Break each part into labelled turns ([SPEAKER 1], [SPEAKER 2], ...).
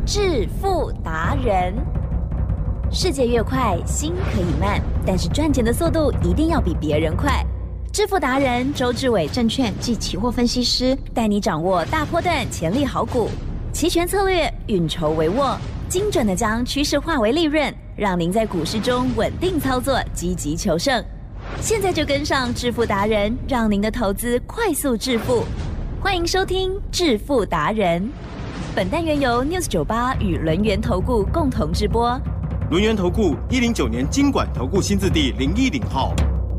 [SPEAKER 1] 致富达人。世界越快，心可以慢，但是赚钱的速度一定要比别人快。致富达人周志伟证券及期货分析师带你掌握大波段潜力好股，期权策略运筹帷幄，精准的将趋势化为利润，让您在股市中稳定操作，积极求胜。现在就跟上致富达人，让您的投资快速致富。欢迎收听致富达人。本单元由 News98 与轮源投顾共同直播。
[SPEAKER 2] 轮源投顾109年金管投顾新字第010号。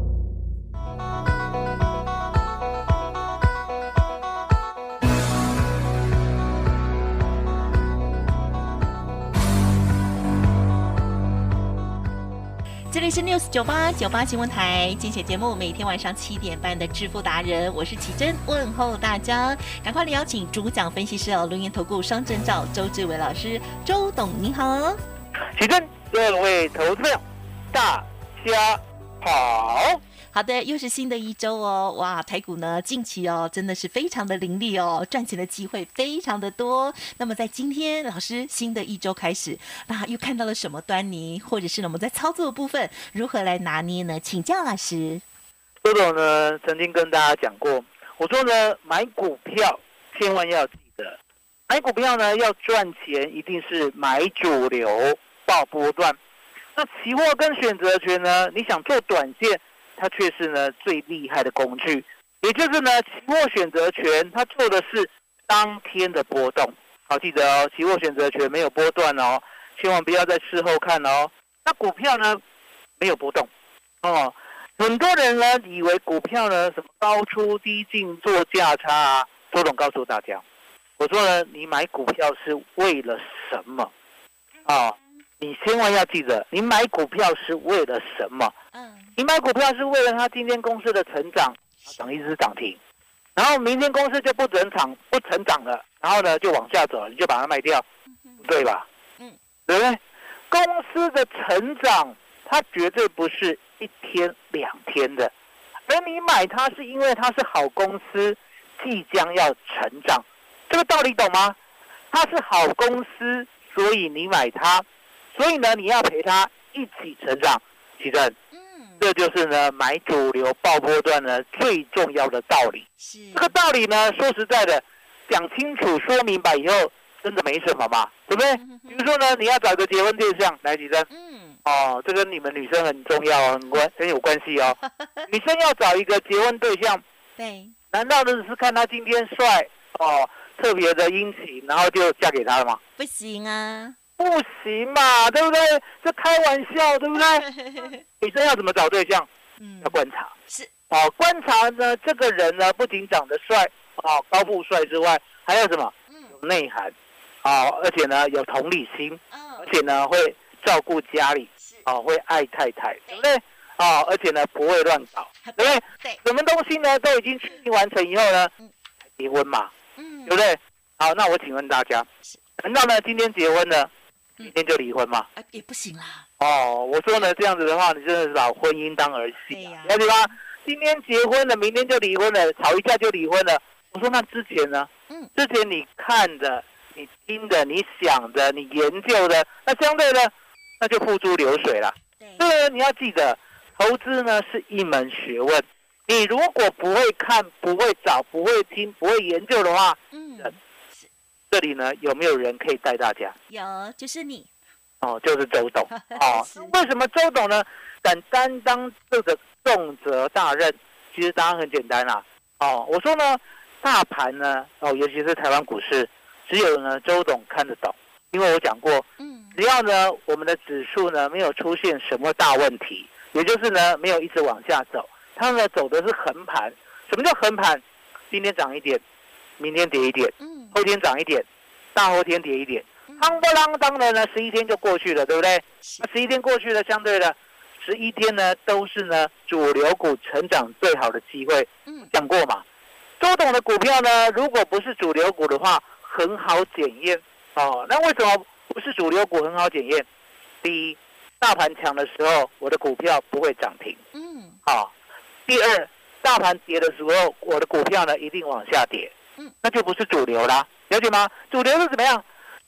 [SPEAKER 3] 这里是 News98 新闻台，精选节目，每天晚上7点半的致富达人，我是启真，问候大家，赶快来邀请主讲分析师轮源投顾双证照周志伟老师，周董你好。
[SPEAKER 4] 启真，各位投资朋友，大家好。
[SPEAKER 3] 好的，又是新的一周哦，哇，台股呢近期真的是非常的凌厉哦，赚钱的机会非常的多。那么在今天，老师新的一周开始，那又看到了什么端倪，或者是我们在操作的部分如何来拿捏呢？请教老师。
[SPEAKER 4] 周董呢曾经跟大家讲过，我说呢买股票千万要记得，买股票呢要赚钱，一定是买主流爆波段。那期货跟选择权呢，你想做短线，它却是呢最厉害的工具，也就是呢期货选择权它做的是当天的波动。好，记得哦，期货选择权没有波段哦，千万不要在事后看哦。那股票呢没有波动哦，很多人呢以为股票呢什么高出低进做价差啊，周董告诉大家，我说呢你买股票是为了什么啊？你千万要记得，你买股票是为了什么？你买股票是为了它今天公司的成长，涨一只涨停，然后明天公司就不成长了，然后呢就往下走了，你就把它卖掉，对吧？对不对？公司的成长它绝对不是1天2天的，而你买它是因为它是好公司，即将要成长，这个道理懂吗？它是好公司，所以你买它，所以呢你要陪它一起成长，启正。这就是呢买主流爆波段呢最重要的道理。这个道理呢说实在的，讲清楚说明白以后真的没什么嘛，对不对？比如说呢你要找个结婚对象，来启正，这跟你们女生很重要哦，很有关系哦。女生要找一个结婚对象，对，难道只是看他今天帅特别的殷勤，然后就嫁给他了吗？
[SPEAKER 3] 不行啊，
[SPEAKER 4] 不行嘛，对不对？这开玩笑，对不对？女生要怎么找对象？要观察。是观察呢，这个人呢，不仅长得帅高富帅之外，还有什么？有内涵而且呢有同理心，而且呢会照顾家里，会爱太太，对不对？而且呢不会乱搞，对不对？对，什么东西呢都已经确定完成以后呢，结婚嘛，对不对？好，那我请问大家，难道呢今天结婚了，明天就离婚吗？
[SPEAKER 3] 也不行啦。
[SPEAKER 4] 我说呢这样子的话，你真的是把婚姻当儿戏啊，了解吗？今天结婚了，明天就离婚了，吵一架就离婚了。我说那之前呢？之前你看的、你听的、你想的、你研究的，那相对呢，那就付诸流水了。对，你要记得，投资呢是一门学问。你如果不会看、不会找、不会听、不会研究的话，这里呢有没有人可以带大家？
[SPEAKER 3] 有，就是你。
[SPEAKER 4] 就是周董为什么周董呢敢担当这个重责大任？其实答案很简单啦。我说呢，大盘呢尤其是台湾股市，只有呢周董看得懂，因为我讲过，只要呢我们的指数呢没有出现什么大问题，也就是呢没有一直往下走，它呢走的是横盘。什么叫横盘？今天涨一点，明天跌一点，后天涨一点，大后天跌一点。夯不啷当的呢，11天就过去了，对不对？那11天过去了，相对的11天呢，都是呢主流股成长最好的机会。讲过嘛，周董的股票呢，如果不是主流股的话，很好检验。那为什么不是主流股很好检验？第一，大盘强的时候，我的股票不会涨停。第二，大盘跌的时候，我的股票呢一定往下跌。那就不是主流啦，了解吗？主流是怎么样？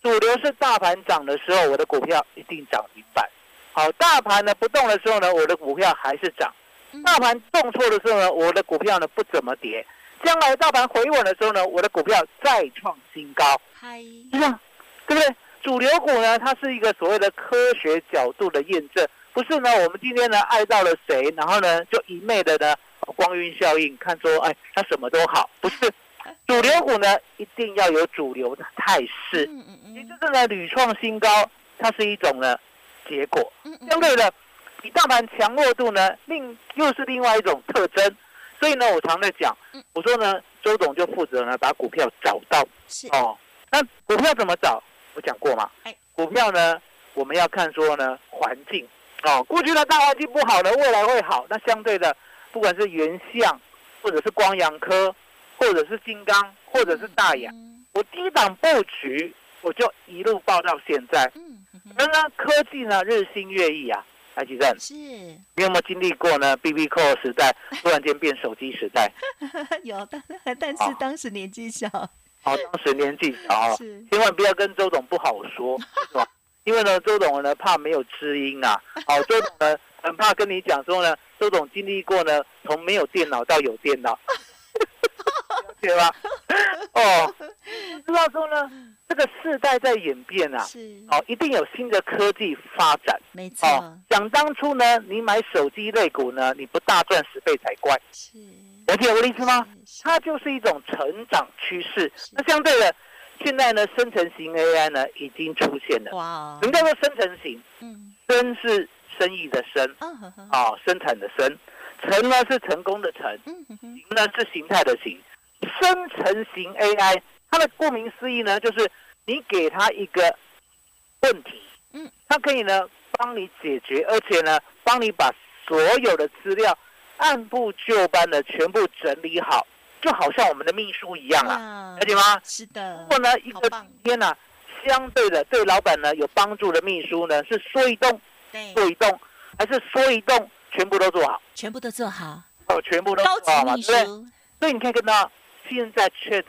[SPEAKER 4] 主流是大盘涨的时候，我的股票一定涨停板。好，大盘呢不动的时候呢，我的股票还是涨。大盘动错的时候呢，我的股票呢不怎么跌。将来大盘回稳的时候呢，我的股票再创新高。是这样，对不对？主流股呢，它是一个所谓的科学角度的验证，不是呢我们今天呢爱到了谁，然后呢就一昧的呢光晕效应，看说哎它什么都好，不是。主流股呢一定要有主流的态势，也就是呢屡创新高，它是一种呢结果。相对的，比大盘强弱度呢又是另外一种特征。所以呢，我常在讲，我说呢，周董就负责呢把股票找到。哦，那股票怎么找？我讲过嘛。股票呢，我们要看说呢环境。哦，过去的大环境不好呢，未来会好。那相对的，不管是原相，或者是光阳科，或者是金刚，或者是大亚，我低档布局，我就一路报到现在。而呢，科技呢日新月异啊。台积电
[SPEAKER 3] 是，
[SPEAKER 4] 你有没有经历过呢 ？BB Call 时代突然间变手机时代？
[SPEAKER 3] 有，但是当时年纪小。
[SPEAKER 4] 当时年纪小，千万不要跟周董不好说，是吧？因为呢，周董呢怕没有知音啊。周董呢很怕跟你讲说呢，周董经历过呢从没有电脑到有电脑，了解吧？知道说呢。这个世代在演变啊，一定有新的科技发展。
[SPEAKER 3] 没错。
[SPEAKER 4] 想当初呢，你买手机类股呢，你不大赚10倍才怪。了解我的意思吗？它就是一种成长趋势。那相对的，现在呢，生成型 AI 呢已经出现了。
[SPEAKER 3] 哇！
[SPEAKER 4] 什么叫做生成型？生是生意的生，生产的生，成呢是成功的成，形呢是形态的形。生成型 AI。它的顾名思义呢，就是你给它一个问题，它可以呢帮你解决，而且呢帮你把所有的资料按部就班的全部整理好，就好像我们的秘书一样啊，了解吗？
[SPEAKER 3] 是的。
[SPEAKER 4] 如果呢一个今天呢相对的对老板呢有帮助的秘书呢，是说一动做一动，还是说一动全部都做好？
[SPEAKER 3] 全部都做好。
[SPEAKER 4] 全部都做好嘛，对不对？所以你可以看到。现在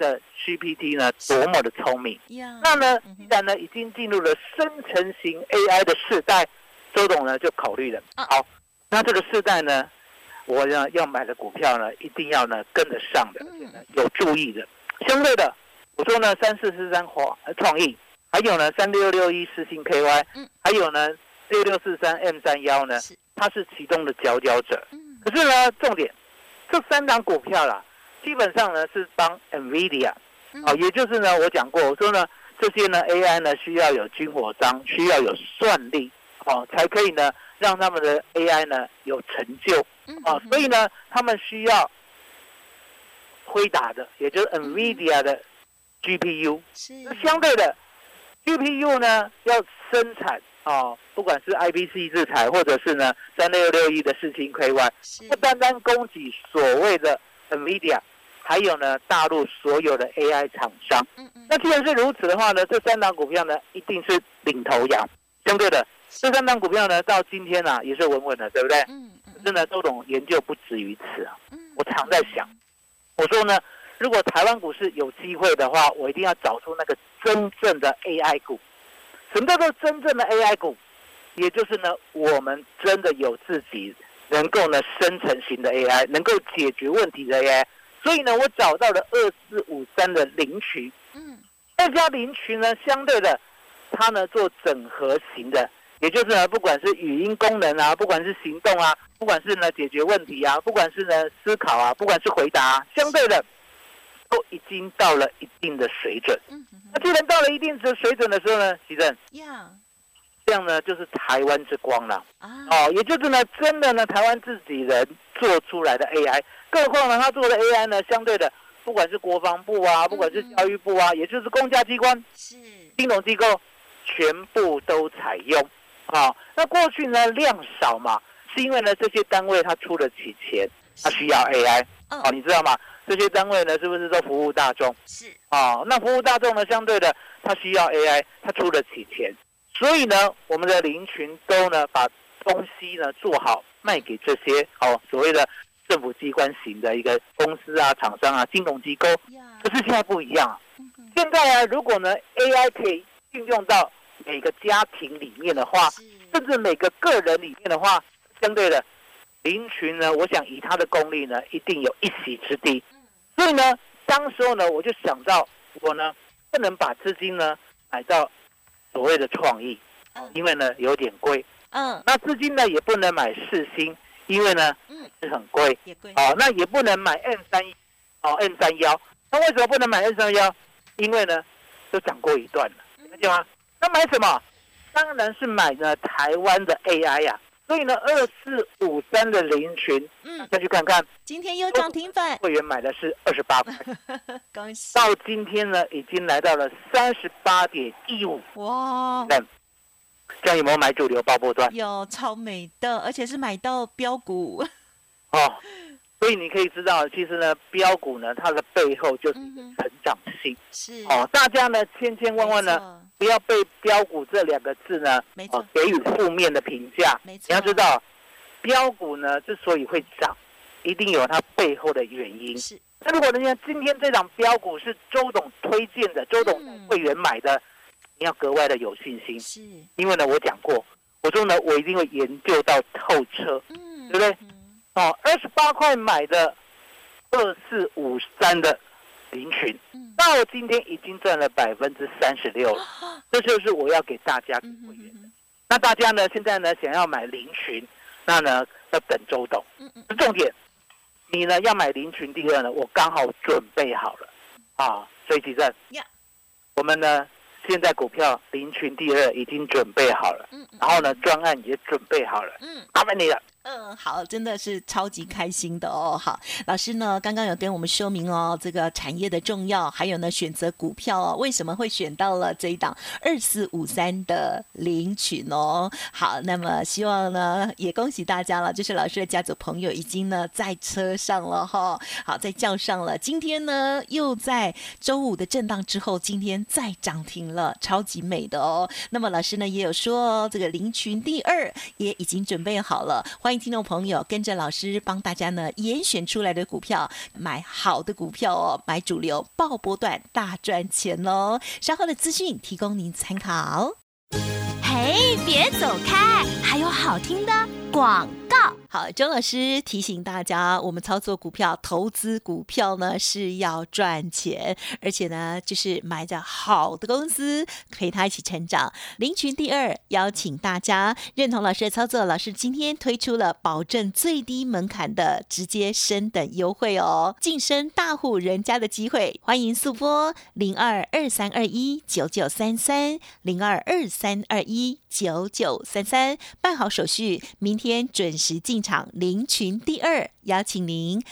[SPEAKER 4] ChatGPT 呢多么的聪明，那呢既然呢已经进入了生成型 AI 的世代，周董呢就考虑了，好，那这个世代呢，我呢要买的股票呢一定要呢跟得上的，而且呢有注意的。相对的，我说呢3443创意，还有呢3661世芯 KY，还有呢6643 M31呢，它是其中的佼佼者。可是呢重点，这3档股票啦。基本上呢是帮 NVIDIA，也就是呢我讲过，我说呢这些呢 AI 呢需要有军火商，需要有算力，才可以呢让他们的 AI 呢有成就，所以呢他们需要辉达的，也就是 NVIDIA 的 GPU。相对的 GPU 呢要生产不管是 IPC 制裁，或者是呢3661的世芯 KY， 不单单供给所谓的 NVIDIA。还有呢，大陆所有的 AI 厂商。那既然是如此的话呢，这3档股票呢一定是领头羊。相对的，这3档股票呢到今天啊也是稳稳的，对不对？可是呢，周董研究不止于此啊。我常在想，我说呢，如果台湾股市有机会的话，我一定要找出那个真正的 AI 股。什么叫做真正的 AI 股？也就是呢，我们真的有自己能够呢生成型的 AI， 能够解决问题的 AI。所以呢，我找到了2453的林群，这家林群呢，相对的，它呢做整合型的，也就是呢，不管是语音功能啊，不管是行动啊，不管是呢解决问题啊，不管是呢思考啊，不管是回答啊，相对的，都已经到了一定的水准。那既然到了一定的水准的时候呢，奇正，这样呢就是台湾之光了。也就是呢，真的呢，台湾自己人做出来的 AI。更何况呢，他做的 AI 呢，相对的，不管是国防部啊，不管是教育部啊，也就是公家机关、金融机构，全部都采用。那过去呢量少嘛，是因为呢这些单位他出得起钱，他需要 AI。你知道吗？这些单位呢是不是都服务大众？那服务大众呢，相对的，他需要 AI， 他出得起钱。所以呢，我们的林群都呢把东西呢做好，卖给这些所谓的。政府机关型的一个公司啊、厂商啊、金融机构，可是现在不一样啊。现在啊，如果呢 AI 可以运用到每个家庭里面的话，甚至每个个人里面的话，相对的林群呢，我想以他的功力呢，一定有一席之地。所以呢，当时候呢，我就想到我呢不能把资金呢买到所谓的创意，因为呢有点贵。那资金呢也不能买世新，因为呢是很贵。
[SPEAKER 3] 也贵。
[SPEAKER 4] 那也不能买 N31。那为什么不能买 N31？因为呢都涨过一段了，了解吗？那买什么？当然是买呢台湾的 AI 呀。所以呢，2453的林群，再去看看，
[SPEAKER 3] 今天又涨停板，
[SPEAKER 4] 会员买的是28块，
[SPEAKER 3] 恭喜！
[SPEAKER 4] 到今天呢，已经来到了38.15，
[SPEAKER 3] 哇！
[SPEAKER 4] 这样有没有买主流爆波段？
[SPEAKER 3] 有，超美的，而且是买到标股。
[SPEAKER 4] 所以你可以知道，其实呢，标股呢，它的背后就是成长性。
[SPEAKER 3] 是
[SPEAKER 4] 大家呢，千万呢，不要被标股这2个字呢，给予负面的评价。你要知道，标股呢之所以会涨，一定有它背后的原因。
[SPEAKER 3] 是。
[SPEAKER 4] 那如果人家今天这档标股是周董推荐的，周董会员买的，你要格外的有信心。
[SPEAKER 3] 是。因
[SPEAKER 4] 为呢，我讲过，我说呢，我一定会研究到透彻，对不对？28块买的2453的林群，到今天已经赚了36%了，这就是我要给大家会员的。那大家呢，现在呢想要买林群，那呢要等周董。重点，你呢要买林群第2呢，我刚好准备好了所以其正，我们呢现在股票林群第2已经准备好了，然后呢专案也准备好了，麻烦你了。
[SPEAKER 3] 好，真的是超级开心的哦。好，老师呢刚刚有跟我们说明这个产业的重要，还有呢选择股票为什么会选到了这一档2453的林群哦。好，那么希望呢也恭喜大家了，就是老师的家族朋友已经呢在车上了哈。好，在叫上了，今天呢又在周五的震荡之后，今天再涨停了，超级美的哦。那么老师呢也有说这个林群第2也已经准备好了，欢迎听众朋友跟着老师帮大家呢严选出来的股票，买好的股票哦，买主流爆波段大赚钱哦。稍后的资讯提供您参考。
[SPEAKER 1] 嘿，别走开，还有好听的广告。
[SPEAKER 3] 好，周老师提醒大家，我们操作股票、投资股票呢是要赚钱，而且呢就是买着好的公司，陪他一起成长。林群第2邀请大家认同老师的操作，老师今天推出了保证最低门槛的直接升等优惠哦，晋升大户人家的机会，欢迎速拨0223219933 0223219933，办好手续，明天准时进场林群第2，邀请您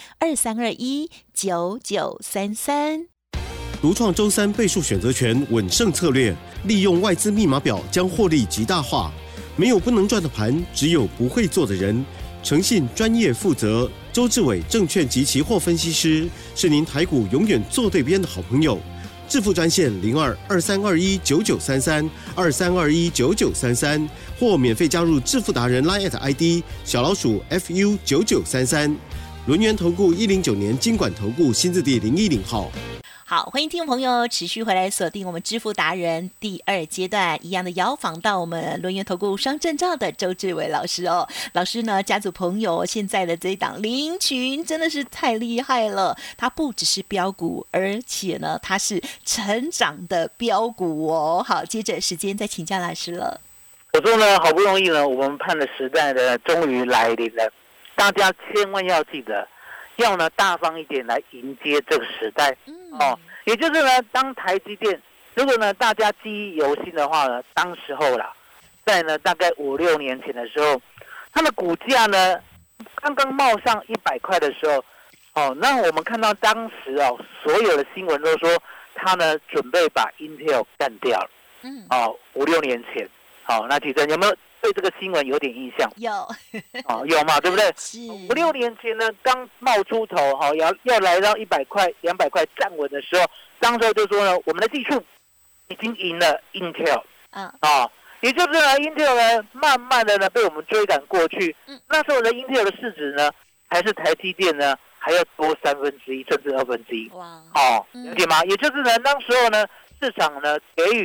[SPEAKER 3] 23219933。
[SPEAKER 2] 独创周3倍数选择权稳胜策略，利用外资密码表将获利极大化。没有不能赚的盘，只有不会做的人。诚信、专业、负责，周志伟证券及期货分析师是您台股永远做对边的好朋友。致富专线0223219933 23219933，或免费加入致富达人 LINE@ ID 小老鼠 FU9933。轮源投顾109年金管投顾新字第010号。
[SPEAKER 3] 好，欢迎听众朋友持续回来锁定我们致富达人第2阶段一样的邀访到我们轮源投顾双证照的周志伟老师哦。老师呢家族朋友现在的这一档林群真的是太厉害了，它不只是标股，而且呢它是成长的标股哦。好，接着时间再请教老师了。
[SPEAKER 4] 我说呢，好不容易呢，我们盼的时代呢终于来临了，大家千万要记得，要呢大方一点来迎接这个时代。也就是呢，当台积电，如果呢大家记忆犹新的话呢，当时候啦，在呢大概5-6年前的时候，它的股价呢刚刚冒上100块的时候，那我们看到当时所有的新闻都说它呢准备把 Intel 干掉了。5-6年前，那其实有没有对这个新闻有点印象？
[SPEAKER 3] 有
[SPEAKER 4] 有嘛，对不对
[SPEAKER 3] ？5-6
[SPEAKER 4] 年前呢，刚冒出头要来到100块、200块站稳的时候，当时就说呢，我们的技术已经赢了 Intel。也就是呢 ，Intel 呢，慢慢的呢被我们追赶过去。那时候呢 ，Intel 的市值呢，还是台积电呢还要多1/3甚至1/2。了解吗？也就是呢，当时候呢，市场呢给予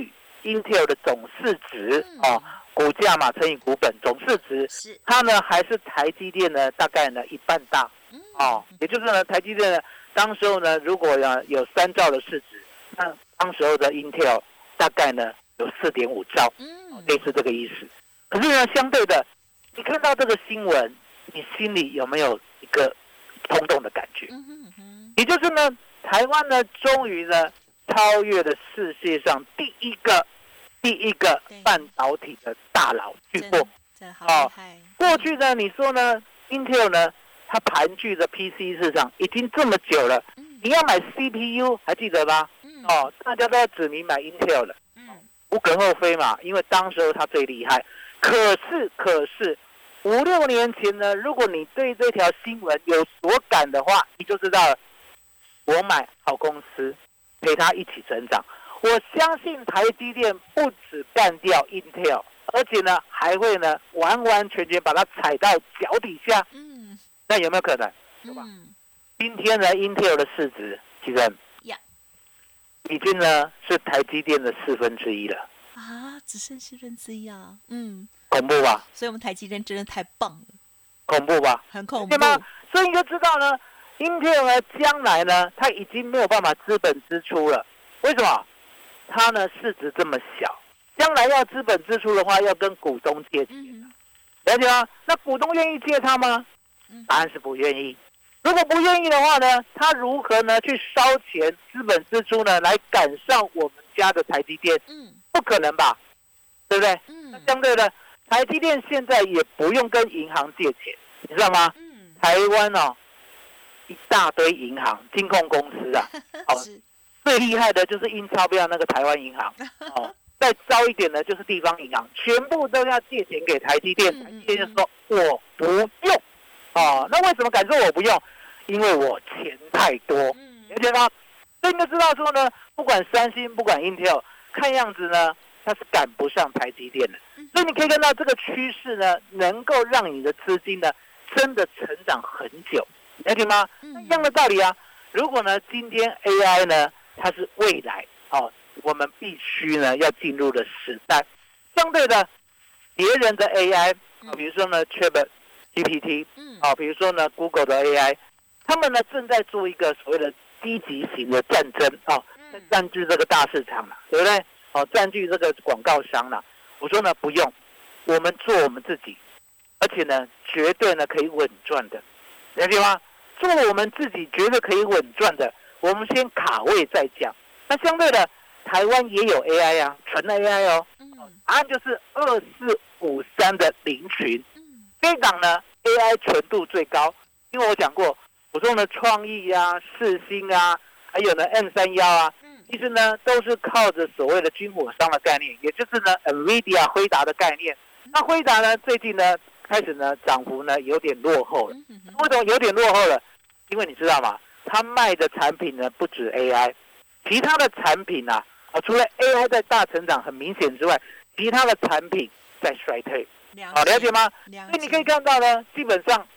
[SPEAKER 4] Intel 的总市值股价嘛乘以股本总市值，它呢还是台积电呢大概呢一半大，也就是呢台积电呢当时候呢如果有3兆的市值，那当时候的 Intel 大概呢有4.5兆，类似这个意思。可是呢相对的，你看到这个新闻，你心里有没有一个冲动的感觉？也就是呢台湾呢终于呢超越了世界上第一个半导体的大佬巨擘。过去呢，你说呢 ，Intel 呢，它盘踞的 PC 市场已经这么久了，你要买 CPU 还记得吗？大家都要指名买 Intel 了，无可厚非嘛，因为当时候它最厉害。可是5、6年前呢，如果你对这条新闻有所感的话，你就知道了，我买好公司，陪它一起成长。我相信台积电不止干掉 Intel， 而且呢还会呢完完全全把它踩到脚底下。那有没有可能？对吧？今天呢 Intel 的市值其实已经呢是台积电的1/4了。
[SPEAKER 3] 只剩1/4啊。
[SPEAKER 4] 恐怖吧？
[SPEAKER 3] 所以我们台积电真的太棒了。
[SPEAKER 4] 恐怖吧？
[SPEAKER 3] 很恐怖。
[SPEAKER 4] 对吗？所以你就知道呢 Intel 呢将来呢它已经没有办法资本支出了。为什么？它呢市值这么小，将来要资本支出的话，要跟股东借钱，了解吗？那股东愿意借它吗？答案是不愿意。如果不愿意的话呢，他如何呢去烧钱资本支出呢，来赶上我们家的台积电？不可能吧，对不对？那相对的，台积电现在也不用跟银行借钱，你知道吗？台湾一大堆银行、金控公司啊，最厉害的就是印钞票那个台湾银行，再糟一点的就是地方银行，全部都要借钱给台积电。台积电就说我不用，那为什么敢说我不用？因为我钱太多，了解吗？所以你就知道说呢，不管三星，不管 Intel， 看样子呢，它是赶不上台积电的。所以你可以看到这个趋势呢，能够让你的资金呢，真的成长很久，了解吗？一样的道理啊。如果呢，今天 AI 呢，它是未来我们必须呢要进入的时代。相对的，别人的 AI 比如说呢 ChatGPT 比如说呢 Google 的 AI， 他们呢正在做一个所谓的积极型的战争在占据这个大市场了，对不对？占据这个广告商了。我说呢不用，我们做我们自己，而且呢绝对呢可以稳赚的，了解吗？做我们自己绝对可以稳赚的，我们先卡位再讲。那相对的，台湾也有 AI 啊，纯的 AI 答案就是2453的林群，这一档呢 AI 纯度最高，因为我讲过，我说呢创意啊、世芯啊，还有呢 M31啊，其实呢都是靠着所谓的军火商的概念，也就是呢 NVIDIA 辉达的概念。那辉达呢最近呢开始呢涨幅呢有点落后了，为什么有点落后了？因为你知道吗？它卖的产品呢不止 AI， 其他的产品除了 AI 在大成长很明显之外，其他的产品在衰退。了解吗？所以你可以看到呢，基本上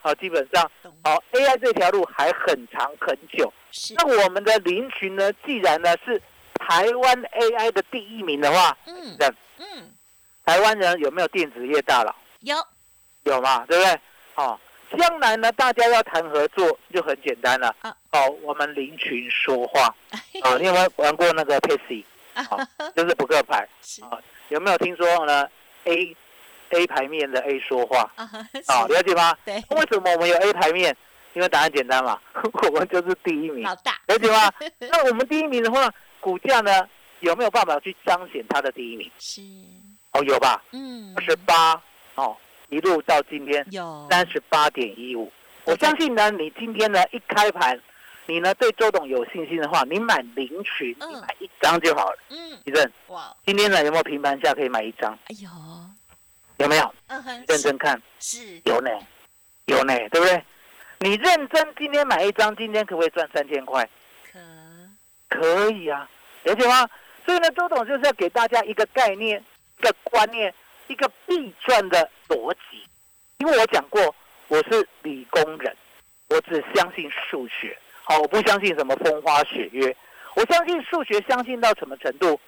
[SPEAKER 4] AI 这条路还很长很久。那我们的林群呢，既然呢是台湾 AI 的第1名的话，台湾人有没有电子业大佬？有嘛，对不对？将来呢，大家要谈合作就很简单了。我们林群说话。你有没有玩过那个 Pepsi？就是扑克牌。有没有听说呢 ？A 牌面的 A 说话。了解吗？对。为什么我们有 A 牌面？因为答案简单嘛，我们就是第1名。老大。了解吗？那我们第1名的话，股价呢有没有办法去彰显它的第1名？是。有吧？28。一路到今天38.15，我相信呢，你今天呢一开盘，你呢对周董有信心的话，你买林群，你买1张就好了。地震，今天呢有没有平盘下可以买1张？有没有？认真看，是有呢，对不对？你认真今天买1张，今天可不可以赚3000块？可以啊，了解吗？所以呢，周董就是要给大家一个概念，一个观念。一个必赚的逻辑，因为我讲过，我是理工人，我只相信数学，我不相信什么风花雪月。我相信数学，相信到什么程度？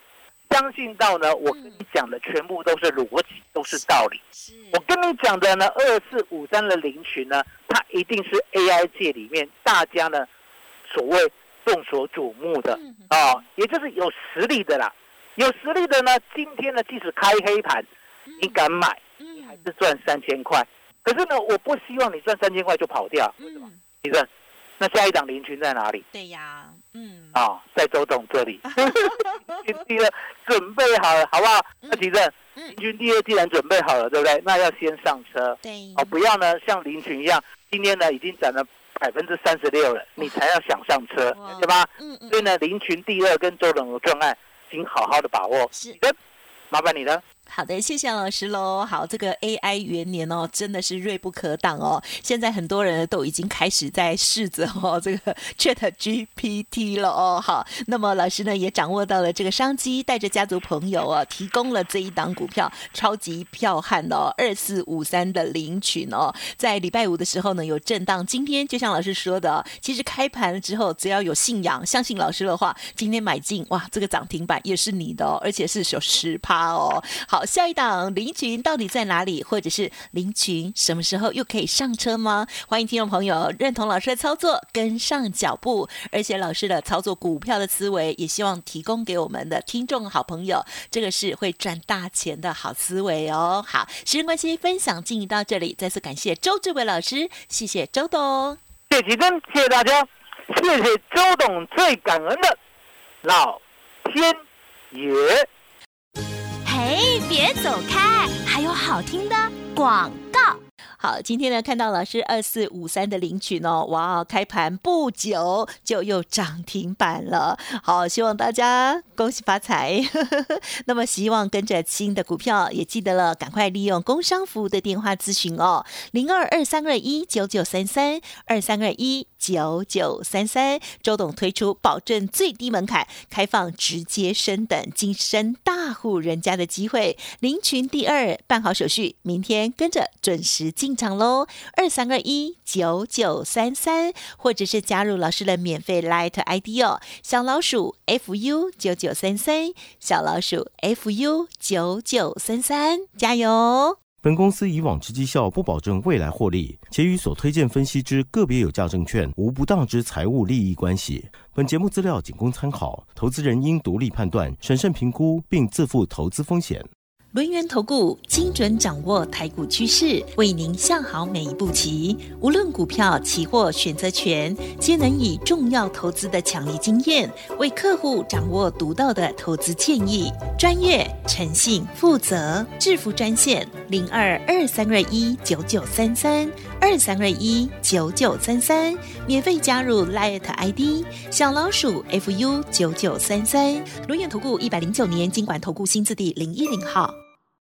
[SPEAKER 4] 相信到呢，我跟你讲的全部都是逻辑，都是道理。我跟你讲的呢，2453的林群呢，它一定是 AI 界里面大家呢所谓众所瞩目的也就是有实力的啦。有实力的呢，今天呢即使开黑盘，你敢买，你还是赚3000块。可是呢，我不希望你赚3000块就跑掉，为什么？你认？那下一档林群在哪里？
[SPEAKER 3] 对呀，
[SPEAKER 4] 在周董这里。林群第二准备好了，好不好？那其正，林群第二既然准备好了，对不对？那要先上车。
[SPEAKER 3] 对，
[SPEAKER 4] 不要呢像林群一样，今天呢已经涨了36%了，你才要想上车，对吧？所以呢，林群第二跟周董的专案，请好好的把握。
[SPEAKER 3] 是，
[SPEAKER 4] 麻烦你了。
[SPEAKER 3] 好的，谢谢老师喽。好，这个 AI 元年哦，真的是锐不可挡哦。现在很多人都已经开始在试着这个 ChatGPT 了哦。好，那么老师呢也掌握到了这个商机，带着家族朋友提供了这一档股票超级彪悍哦，2453的林群哦，在礼拜五的时候呢有震荡，今天就像老师说的，其实开盘之后只要有信仰，相信老师的话，今天买进哇，这个涨停板也是你的哦，而且是有10%哦。好，下一档林群到底在哪里？或者是林群什么时候又可以上车吗？欢迎听众朋友认同老师的操作，跟上脚步，而且老师的操作股票的思维，也希望提供给我们的听众好朋友，这个是会赚大钱的好思维哦。好，时间关系，分享进行到这里，再次感谢周志伟老师，谢谢周董，
[SPEAKER 4] 谢谢奇珍，谢谢大家，谢谢周董，最感恩的老天爷。
[SPEAKER 1] 嘿，别走开，还有好听的广告。
[SPEAKER 3] 好，今天呢看到老师2453的林群哦，哇，开盘不久就又涨停板了。好，希望大家恭喜发财。那么希望跟着新的股票，也记得了，赶快利用工商服务的电话咨询哦，0223219933，23219933。周董推出保证最低门槛，开放直接升等晋升大户人家的机会。林群第二，办好手续，明天跟着准时进场喽，23219933，或者是加入老师的免费 Light ID 哦，小老鼠 FU9933，小老鼠 FU9933，加油！
[SPEAKER 2] 本公司以往之绩效不保证未来获利，且与所推荐分析之个别有价证券无不当之财务利益关系。本节目资料仅供参考，投资人应独立判断、审慎评估，并自负投资风险。
[SPEAKER 3] 轮源投顾精准掌握台股趋势，为您下好每一步棋。无论股票、期货、选择权，皆能以重要投资的强力经验，为客户掌握独到的投资建议。专业、诚信、负责，致富专线0223219933，23219933，免费加入 Light ID 小老鼠 FU9933。轮源投顾109年金管投顾新字第010号。